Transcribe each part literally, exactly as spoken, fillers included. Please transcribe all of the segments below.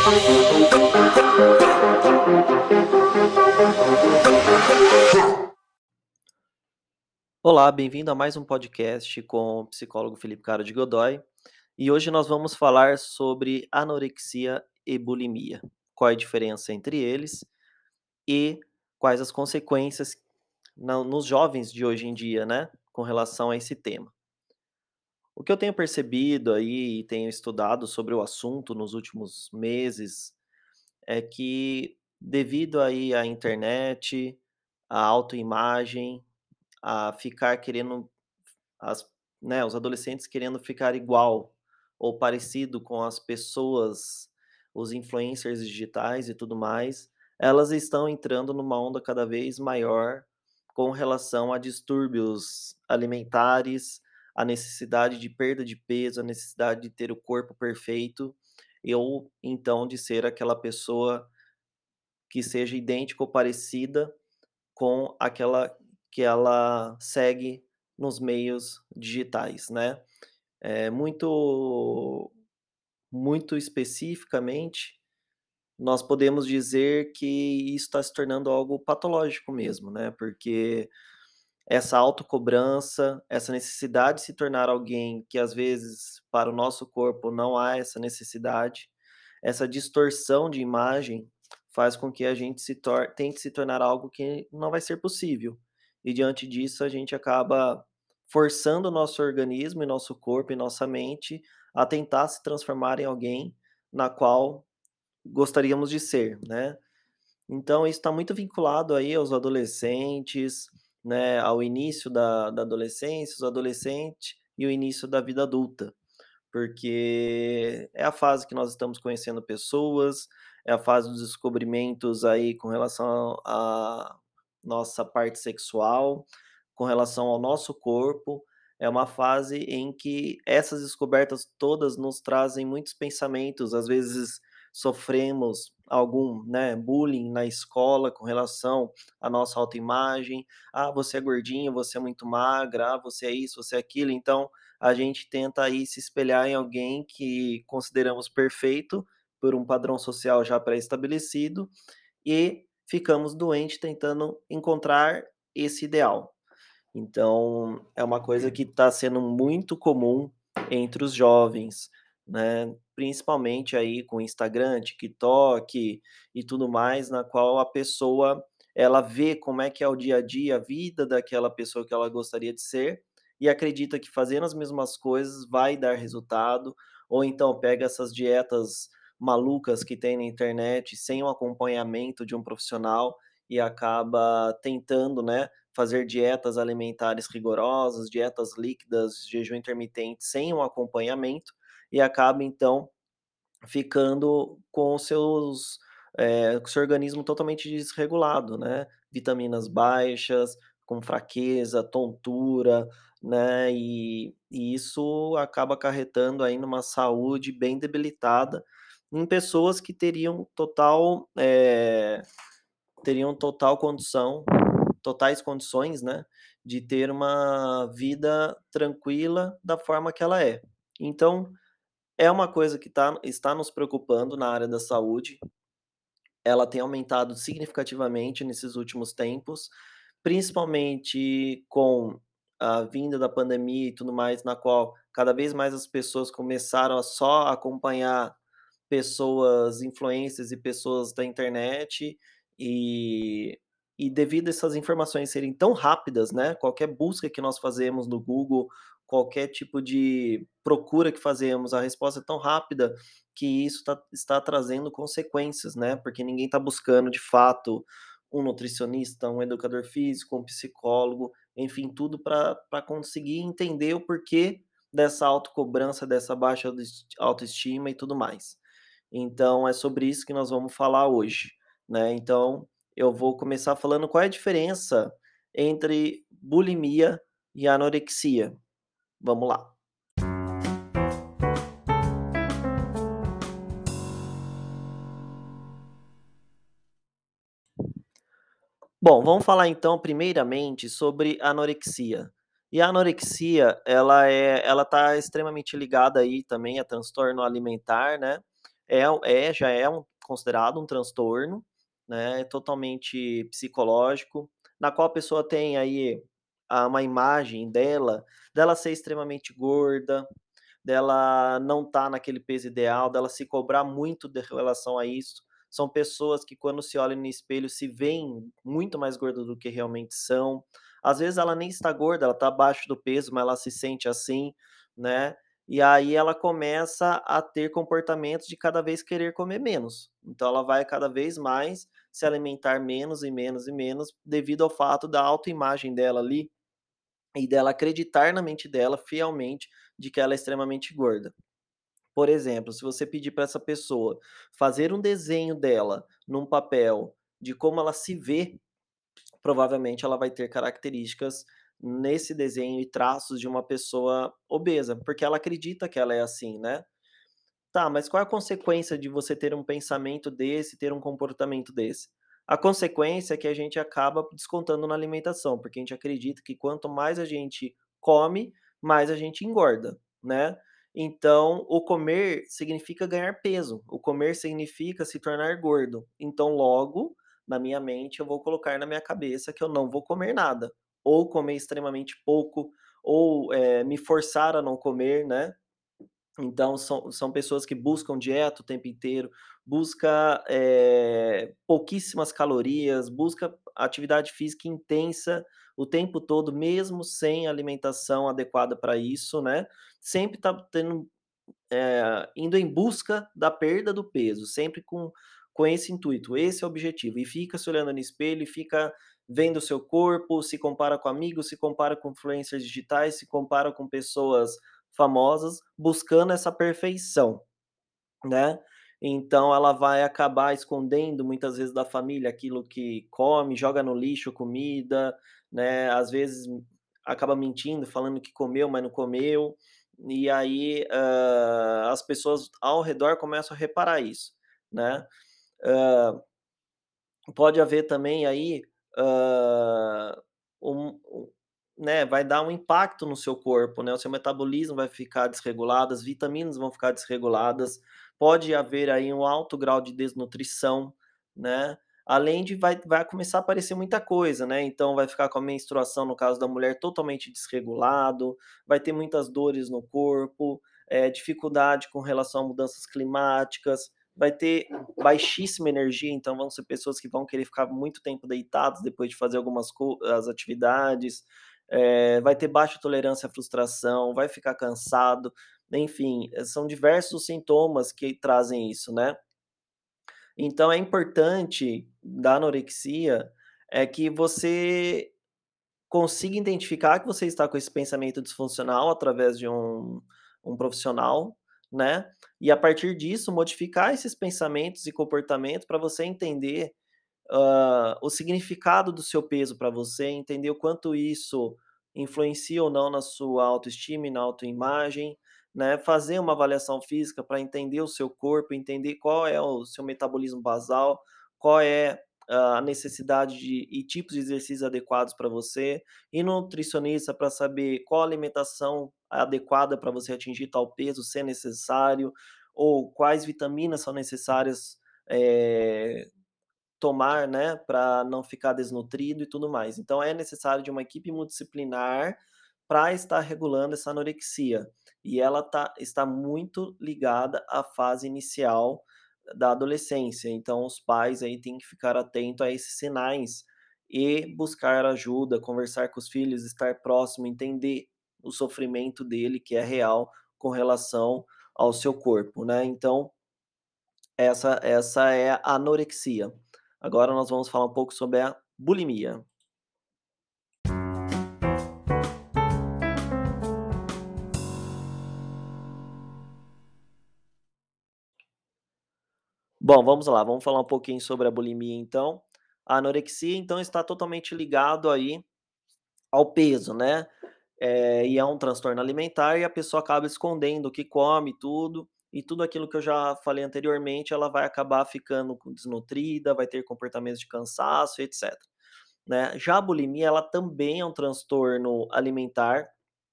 Olá, bem-vindo a mais um podcast com o psicólogo Felipe Caro de Godoy. E hoje nós vamos falar sobre anorexia e bulimia. Qual é a diferença entre eles e quais as consequências na- nos jovens de hoje em dia, né, com relação a esse tema. O que eu tenho percebido aí e tenho estudado sobre o assunto nos últimos meses é que devido aí à internet, à autoimagem, a ficar querendo as né, os adolescentes querendo ficar igual ou parecido com as pessoas, os influencers digitais e tudo mais, elas estão entrando numa onda cada vez maior com relação a distúrbios alimentares, a necessidade de perda de peso, a necessidade de ter o corpo perfeito, ou então de ser aquela pessoa que seja idêntica ou parecida com aquela que ela segue nos meios digitais, né. Eh, muito muito especificamente, nós podemos dizer que isso está se tornando algo patológico mesmo, né, porque essa autocobrança, essa necessidade de se tornar alguém que às vezes para o nosso corpo não há essa necessidade, essa distorção de imagem faz com que a gente se tor tente se tornar algo que não vai ser possível. E diante disso a gente acaba forçando o nosso organismo e nosso corpo e nossa mente a tentar se transformar em alguém na qual gostaríamos de ser, né. Então isso está muito vinculado aí aos adolescentes, né, ao início da da adolescência, os adolescentes e o início da vida adulta, porque é a fase que nós estamos conhecendo pessoas, é a fase dos descobrimentos aí com relação à nossa parte sexual, com relação ao nosso corpo, é uma fase em que essas descobertas todas nos trazem muitos pensamentos, às vezes sofremos algum, né, bullying na escola com relação à nossa autoimagem, "Ah, você é gordinha, você é muito magra, ah, você é isso, você é aquilo", então a gente tenta aí se espelhar em alguém que consideramos perfeito, por um padrão social já pré-estabelecido, e ficamos doentes tentando encontrar esse ideal. Então, é uma coisa que está sendo muito comum entre os jovens, né, principalmente aí com Instagram, TikTok e tudo mais, na qual a pessoa, ela vê como é que é o dia a dia, a vida daquela pessoa que ela gostaria de ser, e acredita que fazendo as mesmas coisas vai dar resultado, ou então pega essas dietas malucas que tem na internet, sem o acompanhamento de um profissional, e acaba tentando, né, fazer dietas alimentares rigorosas, dietas líquidas, jejum intermitente sem um acompanhamento, e acaba então ficando com os seus, eh, com o seu organismo totalmente desregulado, né, vitaminas baixas, com fraqueza, tontura, né, e e isso acaba acarretando aí numa saúde bem debilitada em pessoas que teriam total, eh, teriam total condição totais condições, né, de ter uma vida tranquila da forma que ela é. Então, é uma coisa que tá está nos preocupando na área da saúde, ela tem aumentado significativamente nesses últimos tempos, principalmente com a vinda da pandemia e tudo mais, na qual cada vez mais as pessoas começaram a só acompanhar pessoas influencers e pessoas da internet, e e devido a essas informações serem tão rápidas, né, qualquer busca que nós fazemos no Google, qualquer tipo de procura que fazemos, a resposta é tão rápida que isso tá está trazendo consequências, né, porque ninguém está buscando de fato um nutricionista, um educador físico, um psicólogo, enfim, tudo para pra conseguir entender o porquê dessa autocobrança, dessa baixa autoes autoestima e tudo mais. Então é sobre isso que nós vamos falar hoje, né. Então, eu vou começar falando qual é a diferença entre bulimia e anorexia. Vamos lá. Bom, vamos falar então primeiramente sobre anorexia. E a anorexia, ela é ela tá extremamente ligada aí também a transtorno alimentar, né, é um é já é um considerado um transtorno, né, totalmente psicológico, na qual a pessoa tem aí, ah, uma imagem dela, dela ser extremamente gorda, dela não estar naquele peso ideal, dela se cobrar muito de relação a isso. São pessoas que quando se olham no espelho se veem muito mais gordas do que realmente são. Às vezes ela nem está gorda, ela está abaixo do peso, mas ela se sente assim, né. E aí ela começa a ter comportamentos de cada vez querer comer menos. Então ela vai cada vez mais se alimentar menos e menos e menos, devido ao fato da autoimagem dela ali, e dela acreditar na mente dela fielmente de que ela é extremamente gorda. Por exemplo, se você pedir para essa pessoa fazer um desenho dela num papel de como ela se vê, provavelmente ela vai ter características nesse desenho e traços de uma pessoa obesa, porque ela acredita que ela é assim, né. Tá, mas qual é a consequência de você ter um pensamento desse, ter um comportamento desse? A consequência é que a gente acaba descontando na alimentação, porque a gente acredita que quanto mais a gente come, mais a gente engorda, né. Então, o comer significa ganhar peso, o comer significa se tornar gordo. Então logo, na minha mente, eu vou colocar na minha cabeça que eu não vou comer nada, ou comer extremamente pouco, ou, eh, me forçar a não comer, né. Então são são pessoas que buscam dieta o tempo inteiro, busca, eh, pouquíssimas calorias, busca atividade física intensa o tempo todo, mesmo sem alimentação adequada para isso, né. Sempre tá tendo eh, indo em busca da perda do peso, sempre com com esse intuito, esse é o objetivo, e fica se olhando no espelho e fica vendo o seu corpo, se compara com amigos, se compara com influencers digitais, se compara com pessoas famosas, buscando essa perfeição, né. Então ela vai acabar escondendo muitas vezes da família aquilo que come, joga no lixo comida, né, às vezes acaba mentindo, falando que comeu, mas não comeu, e aí, hã, as pessoas ao redor começam a reparar isso, né. Hã, pode haver também aí, hã, um um né, vai dar um impacto no seu corpo, né, o seu metabolismo vai ficar desregulado, as vitaminas vão ficar desreguladas, pode haver aí um alto grau de desnutrição, né, além de vai vai começar a aparecer muita coisa, né, então vai ficar com a menstruação, no caso da mulher, totalmente desregulado, vai ter muitas dores no corpo, eh, dificuldade com relação a mudanças climáticas, vai ter baixíssima energia, então vão ser pessoas que vão querer ficar muito tempo deitados depois de fazer algumas co as atividades, eh, vai ter baixa tolerância à frustração, vai ficar cansado, enfim, eh, são diversos os sintomas que trazem isso, né. Então é importante da anorexia, é que você consiga identificar que você está com esse pensamento disfuncional através de um um profissional, né, e a partir disso modificar esses pensamentos e comportamentos para você entender, hã, o significado do seu peso para você, entender o quanto isso influencia ou não na sua autoestima e na autoimagem, né, fazer uma avaliação física para entender o seu corpo, entender qual é o seu metabolismo basal, qual é a necessidade de e tipos de exercícios adequados para você, ir no nutricionista para saber qual alimentação adequada para você atingir tal peso, se é necessário, ou quais vitaminas são necessárias, eh tomar, né, para não ficar desnutrido e tudo mais. Então é necessário de uma equipe multidisciplinar para estar regulando essa anorexia. E ela tá está muito ligada à fase inicial da adolescência, então os pais aí têm que ficar atento a esses sinais e buscar ajuda, conversar com os filhos, estar próximo, entender o sofrimento dele, que é real, com relação ao seu corpo, né. Então essa essa é a anorexia. Agora nós vamos falar um pouco sobre a bulimia. Bom, vamos lá, vamos falar um pouquinho sobre a bulimia então. A anorexia então está totalmente ligado aí ao peso, né, eh, e é um transtorno alimentar e a pessoa acaba escondendo o que come tudo, e tudo aquilo que eu já falei anteriormente, ela vai acabar ficando com desnutrida, vai ter comportamentos de cansaço, etcétera, né. Já a bulimia, ela também é um transtorno alimentar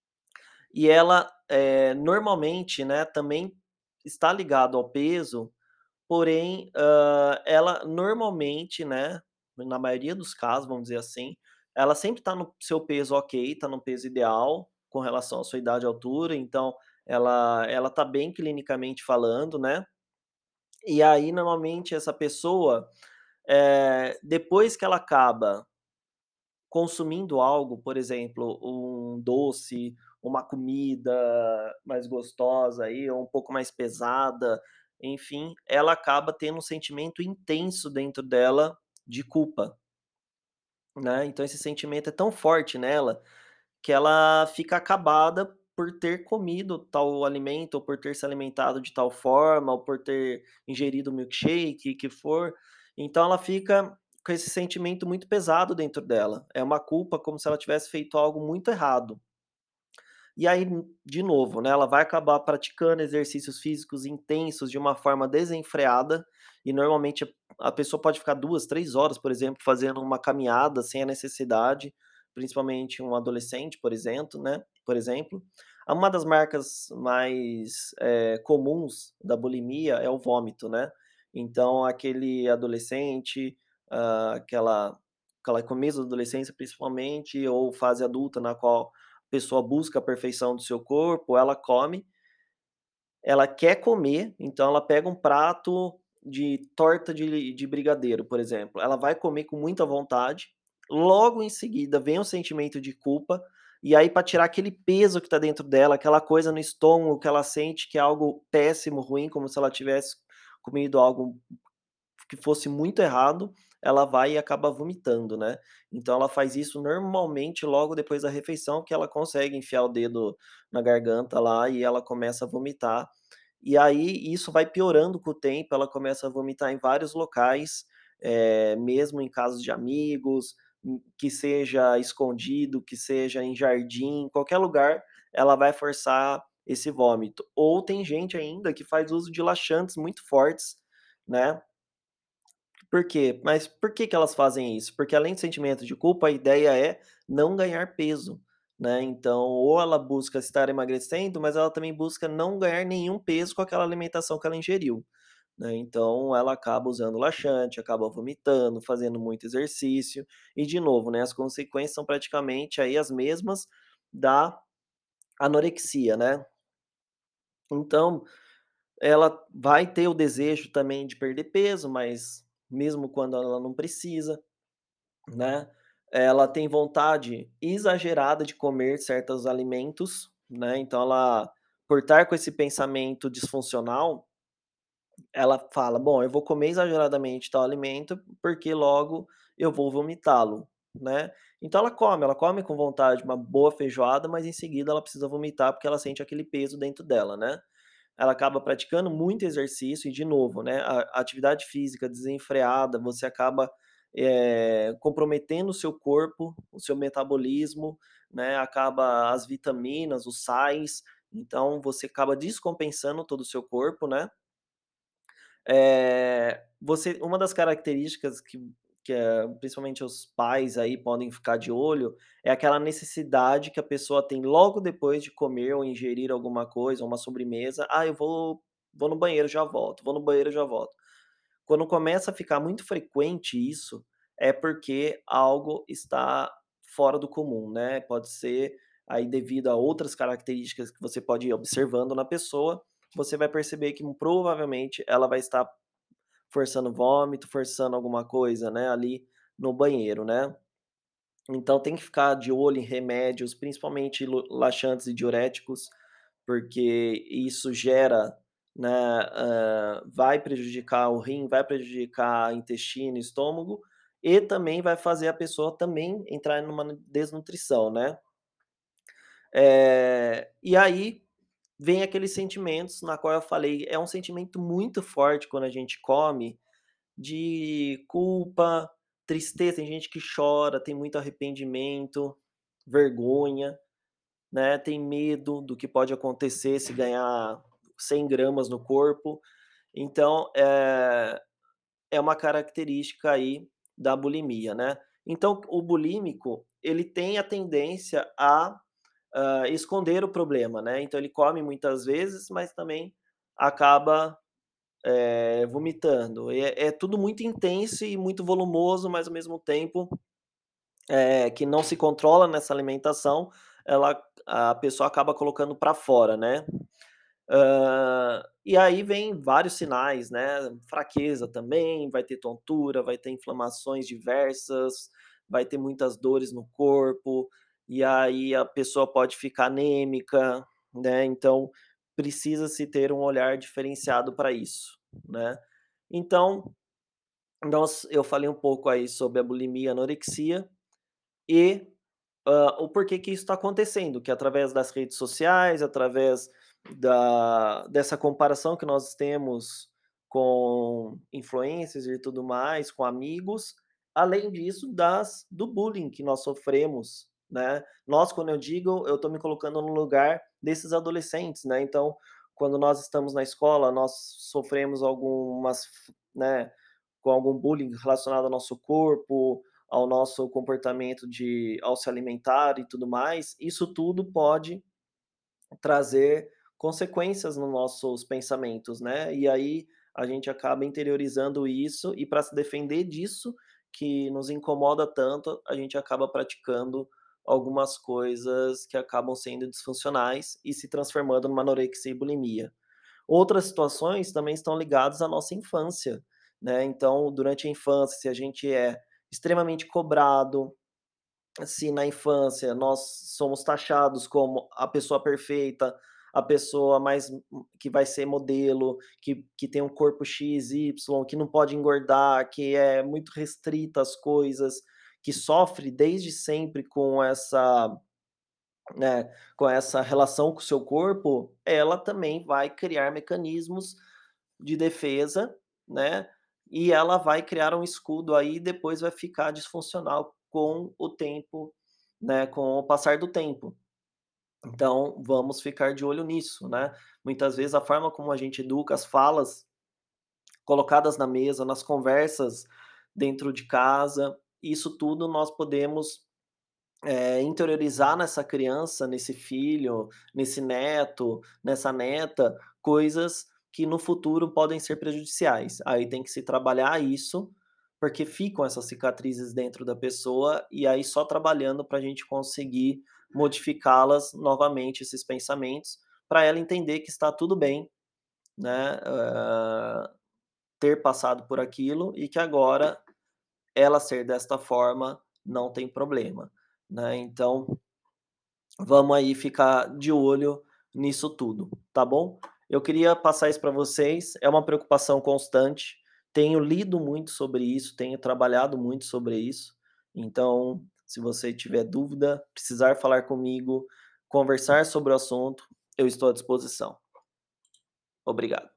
e ela, eh, normalmente, né, também está ligado ao peso, porém, hã, ela normalmente, né, na maioria dos casos, vamos dizer assim, ela sempre tá no seu peso ok, tá no peso ideal, com relação à sua idade e altura, então ela ela tá bem clinicamente falando, né. E aí, normalmente, essa pessoa, eh, depois que ela acaba consumindo algo, por exemplo, um doce, uma comida mais gostosa aí, ou um pouco mais pesada, enfim, ela acaba tendo um sentimento intenso dentro dela de culpa, né. Então esse sentimento é tão forte nela, que ela fica acabada por ter comido tal alimento, ou por ter se alimentado de tal forma, ou por ter ingerido milkshake, que for. Então ela fica com esse sentimento muito pesado dentro dela. É uma culpa como se ela tivesse feito algo muito errado. E aí, de novo, né, ela vai acabar praticando exercícios físicos intensos de uma forma desenfreada, e normalmente a a pessoa pode ficar duas, três horas, por exemplo, fazendo uma caminhada sem a necessidade, principalmente um adolescente, por exemplo, né, por exemplo. Uma das marcas mais, eh, comuns da bulimia é o vômito, né. Então aquele adolescente, hã, aquela aquela começo da adolescência principalmente, ou fase adulta na qual a pessoa busca a perfeição do seu corpo, ela come ela quer comer, então ela pega um prato de torta de de brigadeiro, por exemplo, ela vai comer com muita vontade, logo em seguida vem o sentimento de culpa, e aí pra tirar aquele peso que tá dentro dela, aquela coisa no estômago que ela sente que é algo péssimo, ruim, como se ela tivesse comido algo que fosse muito errado, ela vai e acaba vomitando, né. Então ela faz isso normalmente logo depois da refeição, que ela consegue enfiar o dedo na garganta lá e ela começa a vomitar. E aí isso vai piorando com o tempo, ela começa a vomitar em vários locais, eh, mesmo em casas de amigos, hum, que seja escondido, que seja em jardim, qualquer lugar, ela vai forçar esse vômito. Ou tem gente ainda que faz uso de laxantes muito fortes, né. Por quê? Mas por que que elas fazem isso? Porque além do sentimento de culpa, a ideia é não ganhar peso, né, então ou ela busca estar emagrecendo, mas ela também busca não ganhar nenhum peso com aquela alimentação que ela ingeriu, né, então ela acaba usando laxante, acaba vomitando, fazendo muito exercício, e de novo, né, as consequências são praticamente aí as mesmas da anorexia, né. Então, ela vai ter o desejo também de perder peso, mas mesmo quando ela não precisa, né. Ela tem vontade exagerada de comer certos alimentos, né, então ela, por estar com esse pensamento disfuncional, ela fala: "Bom, eu vou comer exageradamente tal alimento, porque logo eu vou vomitá-lo", né. Então ela come, ela come com vontade uma boa feijoada, mas em seguida ela precisa vomitar, porque ela sente aquele peso dentro dela, né. Ela acaba praticando muito exercício e de novo, né, a a atividade física desenfreada, você acaba, eh, comprometendo o seu corpo, o seu metabolismo, né, acaba as vitaminas, os sais, então você acaba descompensando todo o seu corpo, né. Eh, você uma das características que que, eh, principalmente os pais aí podem ficar de olho, é aquela necessidade que a pessoa tem logo depois de comer ou ingerir alguma coisa, uma sobremesa: "Ah, eu vou vou no banheiro, já volto, vou no banheiro, já volto". Quando começa a ficar muito frequente isso, é porque algo está fora do comum, né, pode ser aí devido a outras características que você pode ir observando na pessoa, você vai perceber que provavelmente ela vai estar forçando vômito, forçando alguma coisa, né, ali no banheiro, né. Então tem que ficar de olho em remédios, principalmente lo laxantes e diuréticos, porque isso gera, né, hã, vai prejudicar o rim, vai prejudicar intestino, estômago, e também vai fazer a pessoa também entrar numa desnutrição, né. Eh, e aí vem aqueles sentimentos na qual eu falei, é um sentimento muito forte quando a gente come, de culpa, tristeza, tem gente que chora, tem muito arrependimento, vergonha, né, tem medo do que pode acontecer se ganhar cem gramas no corpo. Então, eh, é uma característica aí da bulimia, né. Então o bulímico, ele tem a tendência a, hã, esconder o problema, né, então ele come muitas vezes, mas também acaba eh, vomitando. É é tudo muito intenso e muito volumoso, mas ao mesmo tempo, eh, que não se controla nessa alimentação, ela a pessoa acaba colocando para fora, né. Hã, e aí vem vários sinais, né, fraqueza também, vai ter tontura, vai ter inflamações diversas, vai ter muitas dores no corpo, e aí a pessoa pode ficar anêmica, né, então precisa-se ter um olhar diferenciado para isso, né. Então, nós eu falei um pouco aí sobre a bulimia e anorexia e Hã, o porquê que isso está acontecendo, que é através das redes sociais, através da dessa comparação que nós temos com influencers e tudo mais, com amigos, além disso das do bullying que nós sofremos, né. Nós, quando eu digo, eu estou me colocando no lugar desses adolescentes, né, então, quando nós estamos na escola, nós sofremos algumas f né, com algum bullying relacionado ao nosso corpo, ao nosso comportamento de ao se alimentar e tudo mais, isso tudo pode trazer consequências nos nossos pensamentos, né. E aí a gente acaba interiorizando isso e para se defender disso, que nos incomoda tanto, a gente acaba praticando algumas coisas que acabam sendo disfuncionais e se transformando numa anorexia e bulimia. Outras situações também estão ligadas à nossa infância, né, então durante a infância, se a gente é extremamente cobrado, se na infância nós somos taxados como a pessoa perfeita, a pessoa mais que vai ser modelo, que que tem um corpo X, Y, que não pode engordar, que é muito restrita às coisas, que sofre desde sempre com essa, né, com essa relação com o seu corpo, ela também vai criar mecanismos de defesa, né, e ela vai criar um escudo aí e depois vai ficar disfuncional com o tempo, né, com o passar do tempo. Então, vamos ficar de olho nisso, né. Muitas vezes a forma como a gente educa, as falas colocadas na mesa, nas conversas dentro de casa, isso tudo nós podemos eh, interiorizar nessa criança, nesse filho, nesse neto, nessa neta, coisas que no futuro podem ser prejudiciais. Aí tem que se trabalhar isso, porque ficam essas cicatrizes dentro da pessoa, e aí só trabalhando para a gente conseguir modificá-las novamente, esses pensamentos, para ela entender que está tudo bem, né, hã, ter passado por aquilo e que agora ela ser desta forma não tem problema, né. Então, vamos aí ficar de olho nisso tudo, tá bom? Eu queria passar isso para vocês, é uma preocupação constante, tenho lido muito sobre isso, tenho trabalhado muito sobre isso, então, se você tiver dúvida, precisar falar comigo, conversar sobre o assunto, eu estou à disposição. Obrigado.